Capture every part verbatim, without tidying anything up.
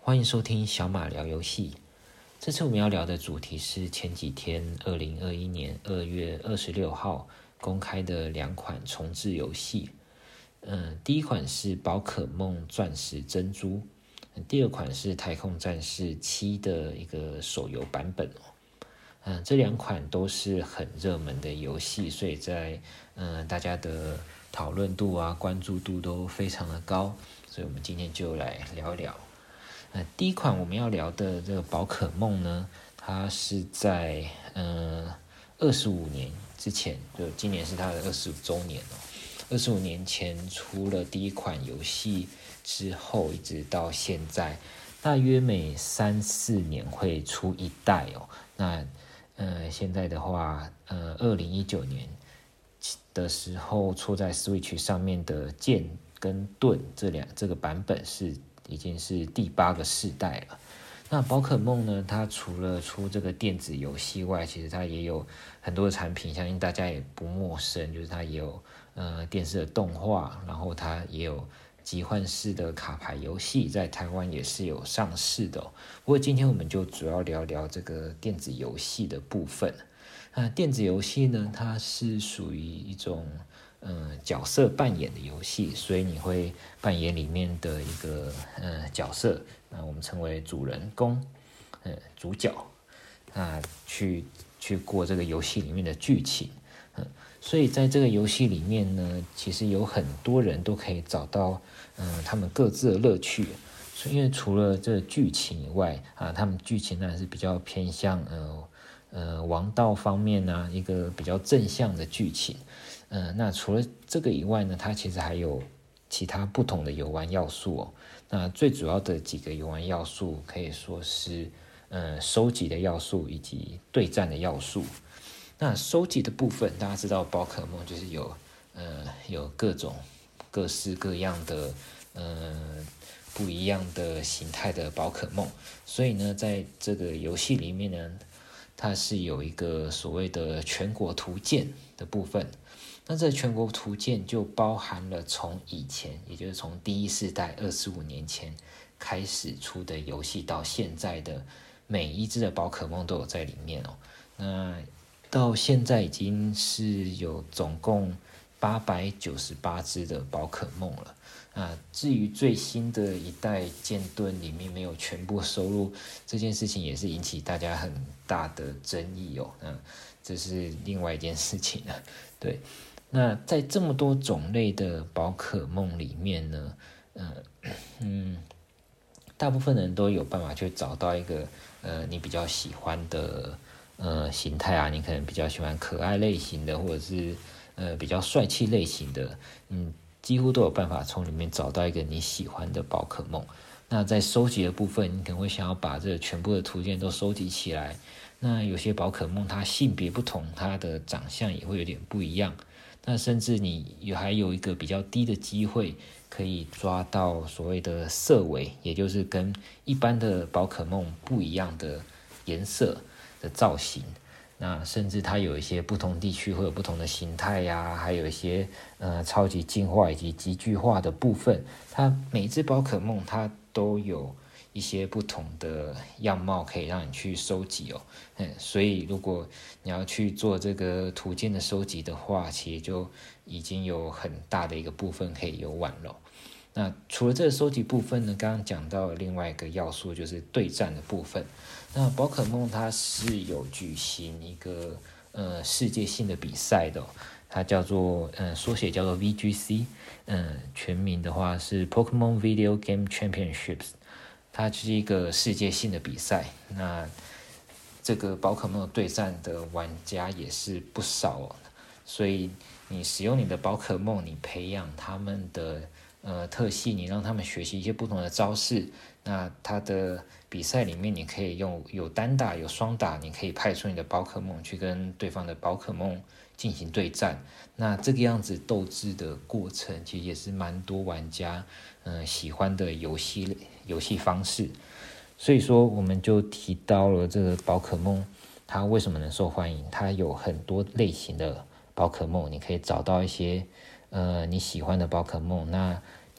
欢迎收听小马聊游戏。这次我们要聊的主题是前几天二零二一年二月二十六号公开的两款重置游戏。嗯，第一款是宝可梦钻石珍珠，第二款是太空战士七的一个手游版本。嗯，这两款都是很热门的游戏，所以在嗯大家的讨论度啊、关注度都非常的高，所以我们今天就来聊一聊。呃，第一款我们要聊的这个宝可梦呢，它是在嗯二十五年之前，就今年是它的二十五周年哦。二十五年前出了第一款游戏之后，一直到现在，大约每三四年会出一代哦。那呃，现在的话，呃，二零一九年的时候出在 Switch 上面的剑跟盾这两这个版本是已经是第八个世代了。那宝可梦呢，它除了出这个电子游戏外，其实它也有很多的产品，相信大家也不陌生，就是它也有呃电视的动画，然后它也有集换式的卡牌游戏，在台湾也是有上市的哦。不过今天我们就主要聊聊这个电子游戏的部分。那电子游戏呢，它是属于一种嗯角色扮演的游戏，所以你会扮演里面的一个嗯角色，那我们称为主人公，嗯主角，那去去过这个游戏里面的剧情。嗯，所以在这个游戏里面呢，其实有很多人都可以找到嗯他们各自的乐趣。所以因为除了这剧情以外啊，他们剧情当然是比较偏向呃呃王道方面啊，一个比较正向的剧情。呃，那除了这个以外呢，它其实还有其他不同的游玩要素哦。那最主要的几个游玩要素可以说是呃收集的要素以及对战的要素。那收集的部分，大家知道宝可梦就是有呃有各种各式各样的呃不一样的形态的宝可梦，所以呢，在这个游戏里面呢，它是有一个所谓的全国图鉴的部分。那这全国图鉴就包含了从以前，也就是从第一世代二十五年前开始出的游戏到现在的每一只的宝可梦都有在里面哦。那到现在已经是有总共八百九十八只的宝可梦了。啊，至于最新的一代剑盾里面没有全部收录，这件事情也是引起大家很大的争议哦。那这是另外一件事情了。对，那在这么多种类的宝可梦里面呢，呃、嗯，大部分人都有办法去找到一个呃你比较喜欢的呃形态啊，你可能比较喜欢可爱类型的，或者是呃比较帅气类型的，嗯。几乎都有办法从里面找到一个你喜欢的宝可梦。那在收集的部分，你可能会想要把这全部的图鉴都收集起来。那有些宝可梦它性别不同，它的长相也会有点不一样。那甚至你有还有一个比较低的机会可以抓到所谓的色尾，也就是跟一般的宝可梦不一样的颜色的造型。那甚至它有一些不同地区会有不同的形态呀、啊，还有一些呃超级进化以及极具化的部分。它每只宝可梦它都有一些不同的样貌可以让你去收集哦。嗯，所以如果你要去做这个图鉴的收集的话，其实就已经有很大的一个部分可以游玩了。那除了这个收集部分呢，刚刚讲到的另外一个要素就是对战的部分。那宝可梦它是有举行一个呃世界性的比赛的、哦，它叫做呃缩写叫做 V G C， 嗯、呃，全名的话是 Pokemon Video Game Championships， 它就是一个世界性的比赛。那这个宝可梦对战的玩家也是不少哦，所以你使用你的宝可梦，你培养他们的呃特性，你让他们学习一些不同的招式。那它的比赛里面，你可以用有单打有双打，你可以派出你的宝可梦去跟对方的宝可梦进行对战。那这个样子斗智的过程，其实也是蛮多玩家嗯、呃、喜欢的游戏游戏方式。所以说，我们就提到了这个宝可梦，它为什么能受欢迎？它有很多类型的宝可梦，你可以找到一些呃你喜欢的宝可梦。那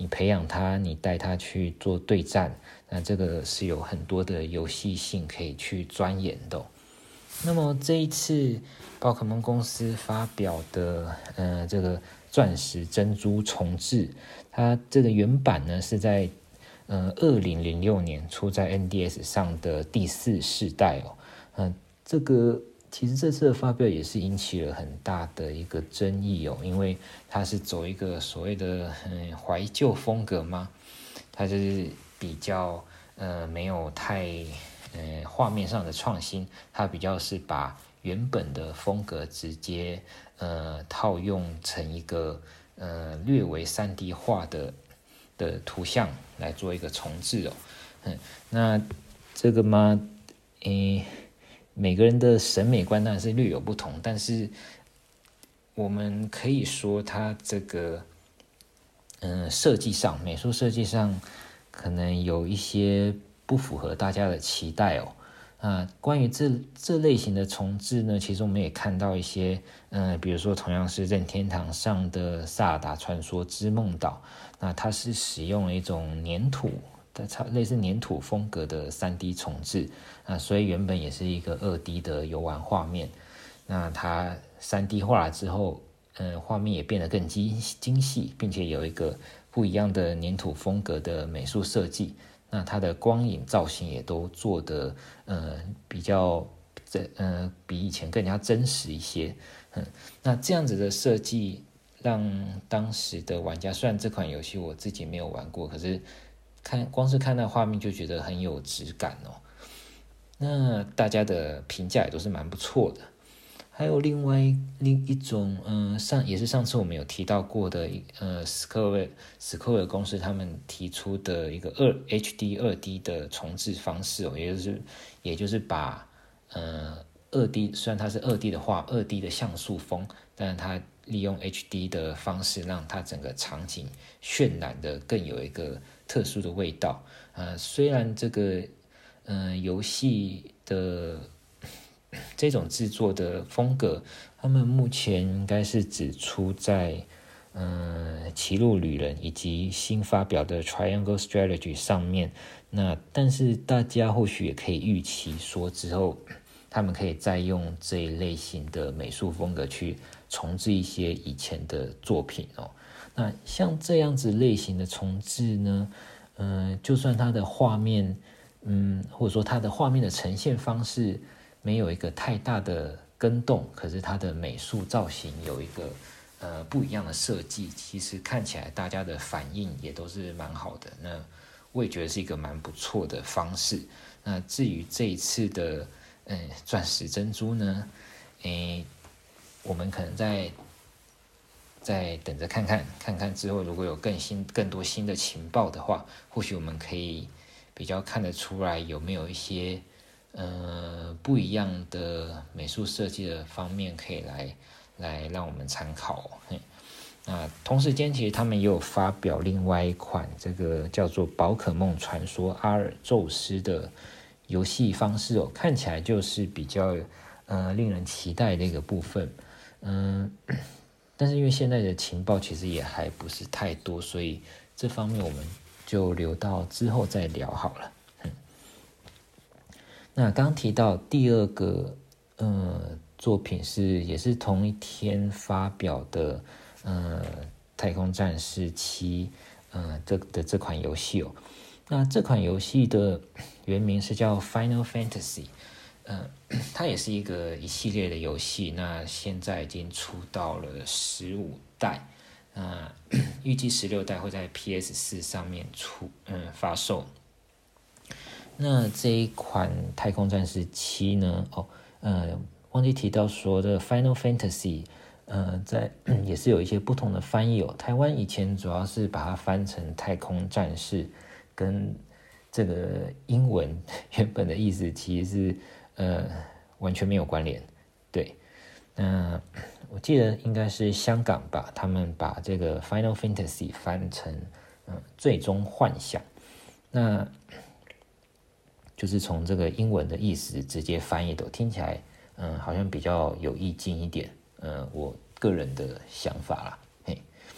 你培养他，你带他去做对战，那这个是有很多的游戏性可以去钻研的哦。那么这一次宝可梦公司发表的呃这个钻石珍珠重置，它这个原版呢是在呃二零零六年出在 N D S 上的第四世代哦，嗯、呃，这个其实这次的发表也是引起了很大的一个争议哦，因为它是走一个所谓的嗯怀旧风格嘛，它就是比较呃没有太呃画面上的创新，它比较是把原本的风格直接呃套用成一个呃略为 三 D 化的的图像来做一个重置哦。嗯，那这个嘛，诶，每个人的审美观当然是略有不同，但是我们可以说它这个嗯设计上，美术设计上可能有一些不符合大家的期待哦。啊，关于这这类型的重置呢，其实我们也看到一些，嗯、呃，比如说同样是任天堂上的《萨尔达传说之梦岛》，那它是使用了一种黏土的类似黏土风格的 三 D 重置，啊，所以原本也是一个 二 D 的游玩画面，那它 三 D 化了之后，嗯、呃，画面也变得更精精细，并且有一个不一样的黏土风格的美术设计。那它的光影造型也都做得呃比较呃比以前更加真实一些，嗯，那这样子的设计让当时的玩家，虽然这款游戏我自己没有玩过，可是看光是看那画面就觉得很有质感哦。那大家的评价也都是蛮不错的。还有另外另一种，嗯、呃，上也是上次我们有提到过的，呃，史克威史克威尔公司他们提出的一个二 H D 二 D 的重置方式哦，也就是也就是把呃二 D 虽然它是二 D 的画二 D 的像素风，但是它利用 H D 的方式让它整个场景渲染的更有一个特殊的味道。呃，虽然这个呃游戏的这种制作的风格，他们目前应该是只出在嗯《歧路旅人》以及新发表的 Triangle Strategy 上面。那但是大家或许也可以预期说，之后他们可以再用这一类型的美术风格去重置一些以前的作品哦。那像这样子类型的重置呢，嗯、呃，就算它的画面，嗯，或者说它的画面的呈现方式没有一个太大的更动，可是它的美术造型有一个呃不一样的设计，其实看起来大家的反应也都是蛮好的。那我也觉得是一个蛮不错的方式。那至于这一次的嗯钻石珍珠呢，诶，我们可能在再等着看看，看看之后如果有更新、更多新的情报的话，或许我们可以比较看得出来有没有一些呃不一样的美术设计的方面可以来来让我们参考。嘿，那同时间其实他们也有发表另外一款这个叫做《宝可梦传说阿尔宙斯》的游戏方式哦，看起来就是比较呃令人期待的一个部分，嗯、呃。但是因为现在的情报其实也还不是太多，所以这方面我们就留到之后再聊好了。嗯，那刚提到第二个呃作品是也是同一天发表的呃太空战士七呃这的这款游戏哦。那这款游戏的原名是叫 Final Fantasy。呃，它也是一个一系列的游戏，那现在已经出到了十五代，那预计十六代会在 P S 四 上面出，嗯，发售。那这一款《太空战士七》呢？哦，呃，忘记提到说的 Final Fantasy，呃，在也是有一些不同的翻译哦。台湾以前主要是把它翻成太空战士，跟这个英文原本的意思其实是。呃，完全没有关联，对。那我记得应该是香港吧，他们把这个 Final Fantasy 翻成嗯、呃、最终幻想，那就是从这个英文的意思直接翻译的，听起来嗯、呃、好像比较有意境一点，呃，我个人的想法啦。嘿，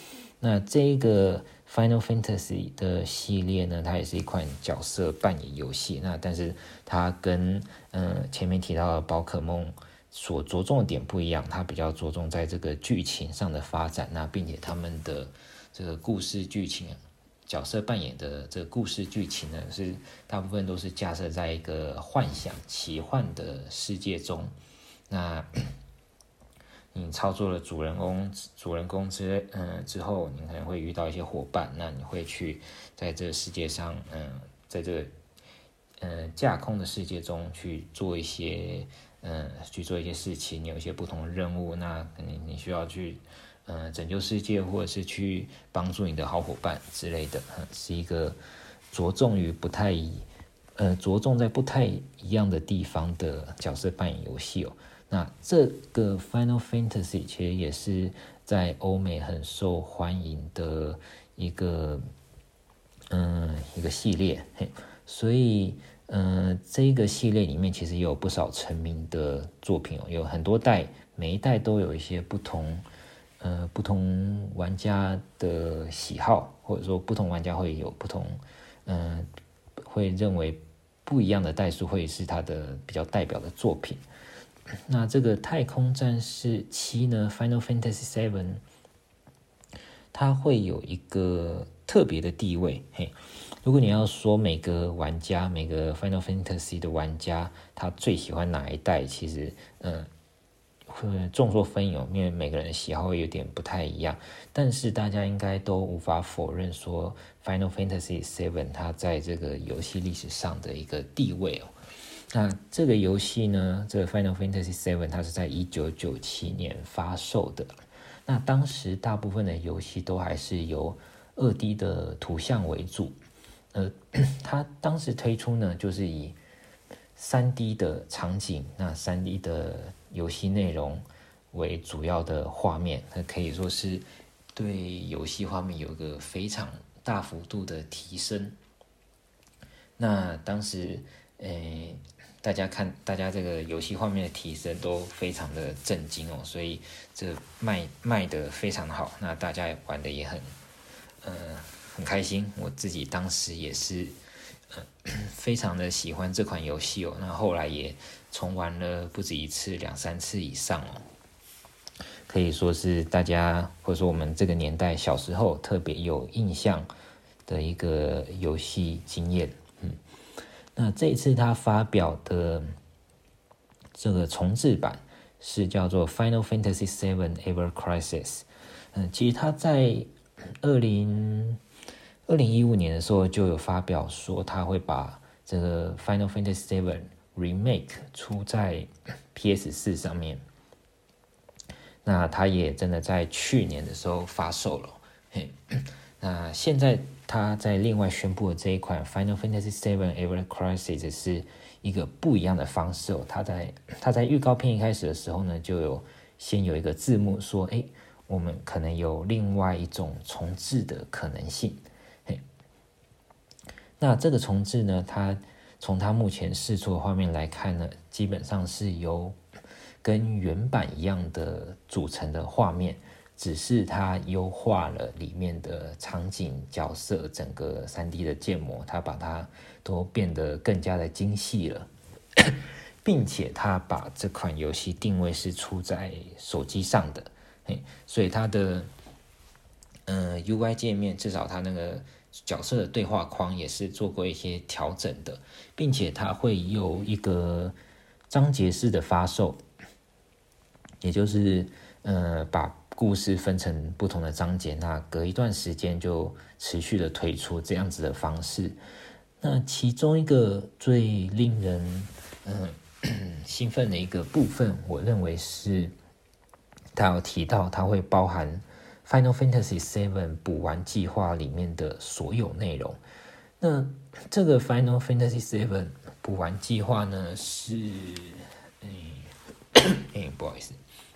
那这个 Final Fantasy 的系列呢，它也是一款角色扮演游戏。那但是它跟呃前面提到的宝可梦所着重的点不一样，它比较着重在这个剧情上的发展。那并且他们的这个故事剧情、角色扮演的这个故事剧情呢，是大部分都是架设在一个幻想、奇幻的世界中。那你操作了主人公，主人公之嗯之后，你可能会遇到一些伙伴，那你会去在这个世界上，嗯，在这个嗯架空的世界中去做一些嗯去做一些事情，你有一些不同的任务，那你你需要去嗯拯救世界，或者是去帮助你的好伙伴之类的，嗯、是一个着重于不太呃着重在不太一样的地方的角色扮演游戏哦。那这个 Final Fantasy 其实也是在欧美很受欢迎的一个嗯一个系列，嘿，所以嗯这个系列里面其实也有不少成名的作品哦，有很多代，每一代都有一些不同呃不同玩家的喜好，或者说不同玩家会有不同嗯、呃、会认为不一样的代数会是它的比较代表的作品。那这个太空战士七呢 Final Fantasy seven 它会有一个特别的地位。嘿，如果你要说每个玩家每个 Final Fantasy 的玩家他最喜欢哪一代，其实嗯会众说纷纭，因为每个人的喜好会有点不太一样，但是大家应该都无法否认说 Final Fantasy seven 它在这个游戏历史上的一个地位哦。那这个游戏呢，这个 Final Fantasy seven 它是在一九九七年发售的。那当时大部分的游戏都还是由 二 D 的图像为主，呃，它当时推出呢，就是以 三 D 的场景，那 三 D 的游戏内容为主要的画面，那可以说是对游戏画面有一个非常大幅度的提升。那当时，诶。大家看，大家这个游戏画面的提升都非常的震惊哦，所以这卖卖的非常好，那大家玩的也很，呃，很开心。我自己当时也是，呃，非常的喜欢这款游戏哦。那后来也重玩了不止一次，两三次以上哦，可以说是大家或者说我们这个年代小时候特别有印象的一个游戏经验。那这一次他发表的这个重制版是叫做 Final Fantasy seven Ever Crisis。嗯，其实他在二零二零一五年的时候就有发表说他会把这个 Final Fantasy seven Remake 出在 P S 四 上面。那他也真的在去年的时候发售了。嘿，那现在他在另外宣布的这一款 Final Fantasy seven Ever Crisis 是一个不一样的方式哦。他在他在预告片一开始的时候呢，就有先有一个字幕说，哎，我们可能有另外一种重置的可能性。嘿，那这个重置呢，它从它目前释出的画面来看呢，基本上是由跟原版一样的组成的画面。只是它优化了里面的场景、角色，整个 三 D 的建模，它把它都变得更加的精细了，并且它把这款游戏定位是出在手机上的，嘿，所以它的呃 U I 界面，至少它那个角色的对话框也是做过一些调整的，并且它会有一个章节式的发售，也就是呃把故事分成不同的章节，那隔一段时间就持续的推出这样子的方式。那其中一个最令人嗯、呃、兴奋的一个部分，我认为是他有提到它会包含 Final Fantasy seven 补完计划里面的所有内容。那这个 Final Fantasy seven 补完计划呢是，哎、欸，不好意思。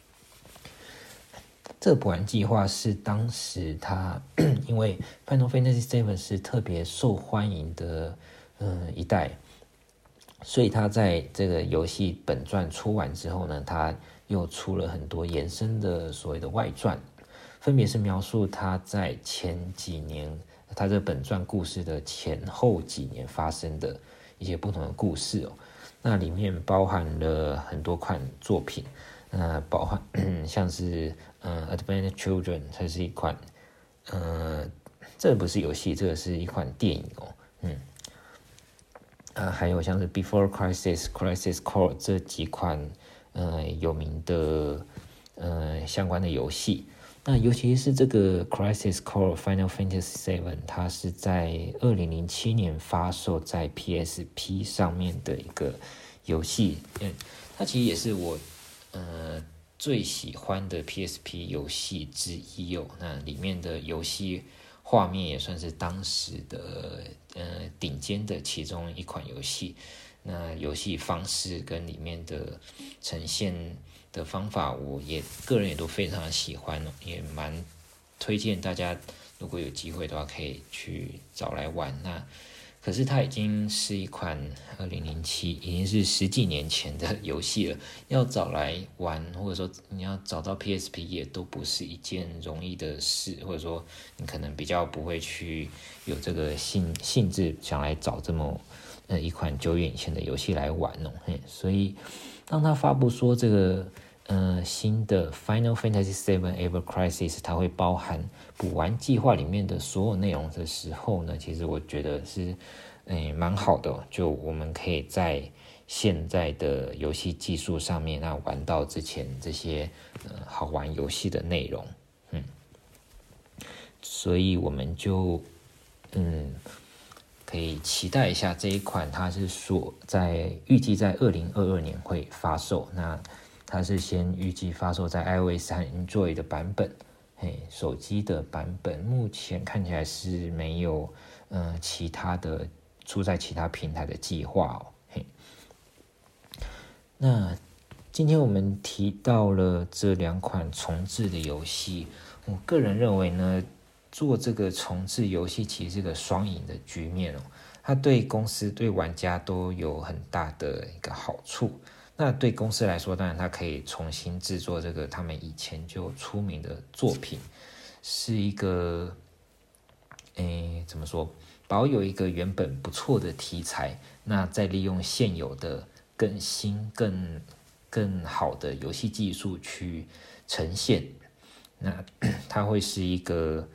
这个补完计划是当时他因为 Final Fantasy seven 是特别受欢迎的呃一代，所以他在这个游戏本传出完之后呢，他又出了很多延伸的所谓的外传， 分别是描述他在前几年，他这本传故事的前后几年发生的一些不同的故事哦。那里面包含了很多款作品，呃，包含像是呃《Advent Children》，它是一款呃，这不是游戏，这个是一款电影哦，嗯。呃，还有像是 Before Crisis、Crisis Core 这几款呃有名的呃相关的游戏。那尤其是这个 Crisis Core Final Fantasy 七，它是在二零零七年发售在 P S P 上面的一个游戏。嗯，它其实也是我呃最喜欢的 P S P 游戏之一哦。那里面的游戏画面也算是当时的呃顶尖的其中一款游戏。那游戏方式跟里面的呈现的方法，我也个人也都非常的喜欢哦，也蛮推荐大家如果有机会的话可以去找来玩。那可是它已经是一款二零零七，已经是十几年前的游戏了，要找来玩，或者说你要找到 P S P 也都不是一件容易的事，或者说你可能比较不会去有这个兴兴致想来找这么呃一款久远以前的游戏来玩哦。嘿，所以当他发布说这个呃新的 Final Fantasy 七 Ever Crisis 它会包含补完计划里面的所有内容的时候呢，其实我觉得是诶蛮好的哦，就我们可以在现在的游戏技术上面那玩到之前这些呃好玩游戏的内容。嗯，所以我们就嗯可以期待一下这一款，它是说在预计在二零二二年会发售。那它是先预计发售在 iOS 和 Android 的版本，嘿，手机的版本目前看起来是没有呃其他的出在其他平台的计划哦。嘿，那今天我们提到了这两款重置的游戏，我个人认为呢，做这个重置游戏其实是个双赢的局面哦。它对公司对玩家都有很大的一个好处。那对公司来说，当然它可以重新制作这个他们以前就出名的作品，是一个，诶，怎么说？保有一个原本不错的题材，那再利用现有的更新、更更好的游戏技术去呈现，那它会是一个，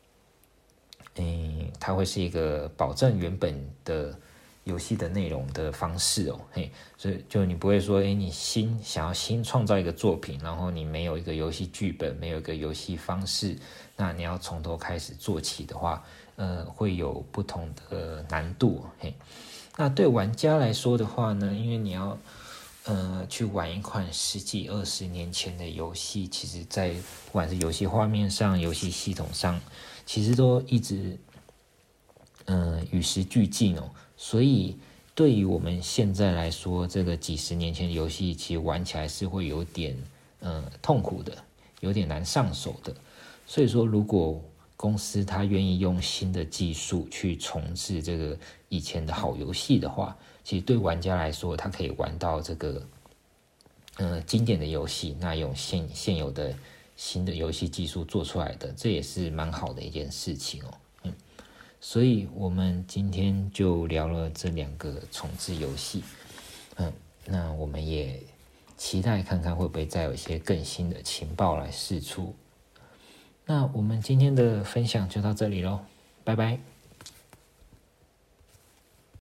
诶，它会是一个保证原本的游戏的内容的方式哦，嘿，所以就你不会说，诶，你新想要新创造一个作品，然后你没有一个游戏剧本，没有一个游戏方式，那你要从头开始做起的话，呃，会有不同的难度，嘿。那对玩家来说的话呢，因为你要呃去玩一款十几二十年前的游戏，其实在不管是游戏画面上、游戏系统上，其实都一直呃与时俱进哦。所以对于我们现在来说，这个几十年前的游戏，其实玩起来是会有点呃痛苦的，有点难上手的。所以说，如果公司它愿意用新的技术去重置这个以前的好游戏的话，其实对玩家来说，他可以玩到这个呃经典的游戏，那用现现有的新的游戏技术做出来的，这也是蛮好的一件事情哦。嗯，所以我们今天就聊了这两个重置游戏，嗯，那我们也期待看看会不会再有一些更新的情报来释出。那我们今天的分享就到这里咯，拜拜。